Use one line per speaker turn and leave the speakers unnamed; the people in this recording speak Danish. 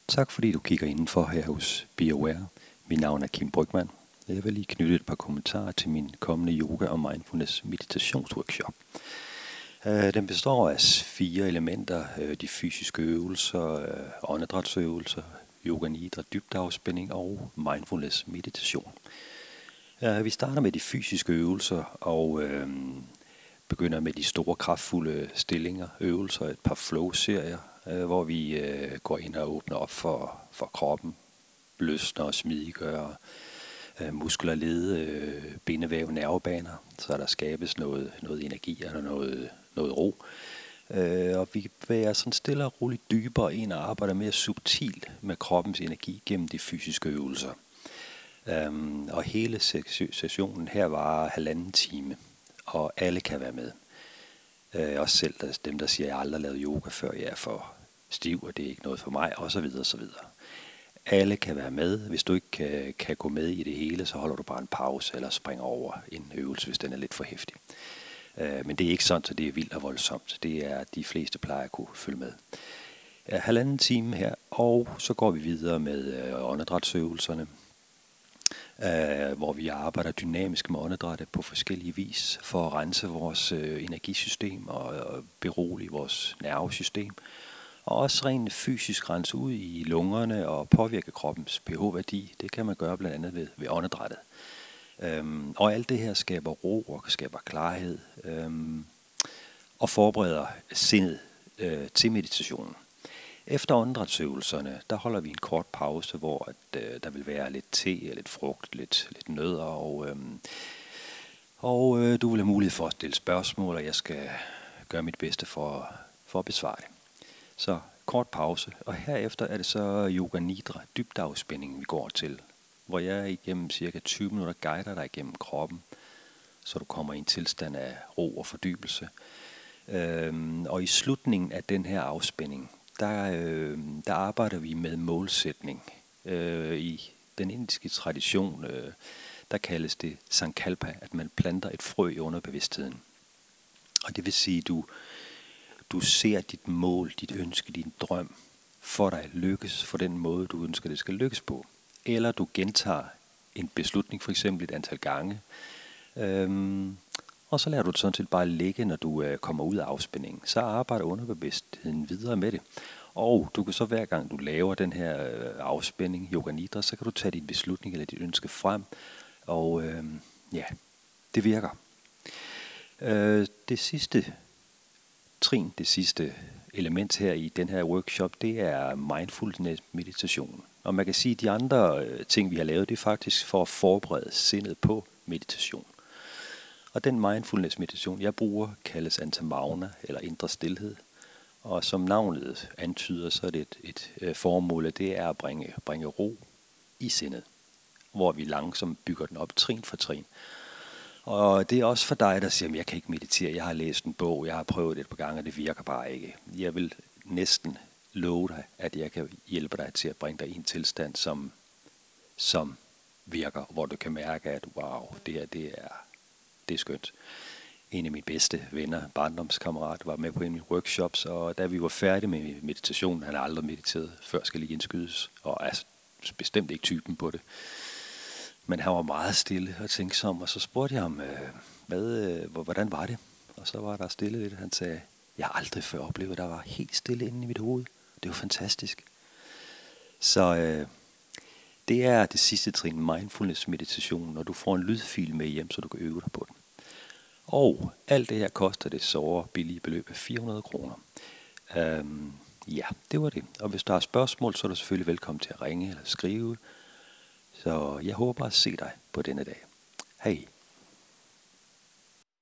Tak fordi du kigger indenfor her hos BeAware. Mit navn er Kim Brygmann. Jeg vil lige knytte et par kommentarer til min kommende yoga- og mindfulness meditationsworkshop. Den består af 4 elementer: de fysiske øvelser, åndedrætsøvelser, yoga nidra, dybdeafspænding og mindfulness meditation. Vi starter med de fysiske øvelser og begynder med de store kraftfulde stillinger, øvelser, et par flow-serier, hvor vi går ind og åbner op for kroppen, løsner og smidiggør muskler, led, bindevæv, nervebaner, så der skabes noget energi og noget ro. Og vi bevæger sådan stille og roligt dybere ind og arbejder mere subtilt med kroppens energi gennem de fysiske øvelser. Og hele sessionen her varer 1,5 time, og alle kan være med. Også selv dem, der siger, at jeg aldrig har lavet yoga før, jeg er for stiv, og det er ikke noget for mig, osv. osv. Alle kan være med. Hvis du ikke kan gå med i det hele, så holder du bare en pause eller springer over en øvelse, hvis den er lidt for heftig. Men det er ikke sådan, at det er vildt og voldsomt. Det er de fleste plejer at kunne følge med. 1,5 time her, og så går vi videre med åndedrætsøvelserne, hvor vi arbejder dynamisk med åndedrættet på forskellige vis for at rense vores energisystem og berolige vores nervesystem. Og også rent fysisk rense ud i lungerne og påvirke kroppens pH-værdi. Det kan man gøre blandt andet ved åndedrættet. Og alt det her skaber ro og skaber klarhed og forbereder sindet til meditationen. Efter åndedrætsøvelserne, der holder vi en kort pause, hvor der vil være lidt te, lidt frugt, lidt nødder, og du vil have mulighed for at stille spørgsmål, og jeg skal gøre mit bedste for at besvare det. Så kort pause, og herefter er det så yoga nidra, dybdeafspænding, vi går til, hvor jeg igennem cirka 20 minutter guider dig igennem kroppen, så du kommer i en tilstand af ro og fordybelse. Og i slutningen af den her afspænding, der arbejder vi med målsætning. I den indiske tradition, der kaldes det sankalpa, at man planter et frø i underbevidstheden. Og det vil sige, du ser dit mål, dit ønske, din drøm for dig lykkes for den måde, du ønsker, det skal lykkes på. Eller du gentager en beslutning, for eksempel et antal gange, og så lader du det sådan set bare ligge, når du kommer ud af afspændingen. Så arbejder underbevidstheden videre med det. Og du kan så hver gang du laver den her afspænding, yoga nidra, så kan du tage din beslutning eller dit ønske frem. Og det virker. Det sidste trin, det sidste element her i den her workshop, det er mindfulness meditation. Og man kan sige, at de andre ting, vi har lavet, det er faktisk for at forberede sindet på meditation. Og den mindfulness meditation, jeg bruger, kaldes antamavna, eller indre stilhed. Og som navnet antyder, så er det et formål, at det er at bringe ro i sindet, hvor vi langsomt bygger den op trin for trin. Og det er også for dig, der siger, at jeg kan ikke meditere, jeg har læst en bog, jeg har prøvet det et par gange, og det virker bare ikke. Jeg vil næsten love dig, at jeg kan hjælpe dig til at bringe dig i en tilstand, som virker, hvor du kan mærke, at wow, det er skønt. En af mine bedste venner, barndomskammerat, var med på en af mine workshops, og da vi var færdige med meditationen, han har aldrig mediteret før, skal lige indskydes, og altså bestemt ikke typen på det. Men han var meget stille og tænksom, og så spurgte jeg ham, hvordan var det? Og så var der stille lidt. Han sagde, jeg har aldrig før oplevet, at der var helt stille inde i mit hoved. Det var fantastisk. Så det er det sidste trin, mindfulness meditation, når du får en lydfil med hjem, så du kan øve dig på den. Og alt det her koster det så billige beløb af 400 kroner. Det var det. Og hvis der er spørgsmål, så er du selvfølgelig velkommen til at ringe eller skrive. Så jeg håber at se dig på denne dag. Hej.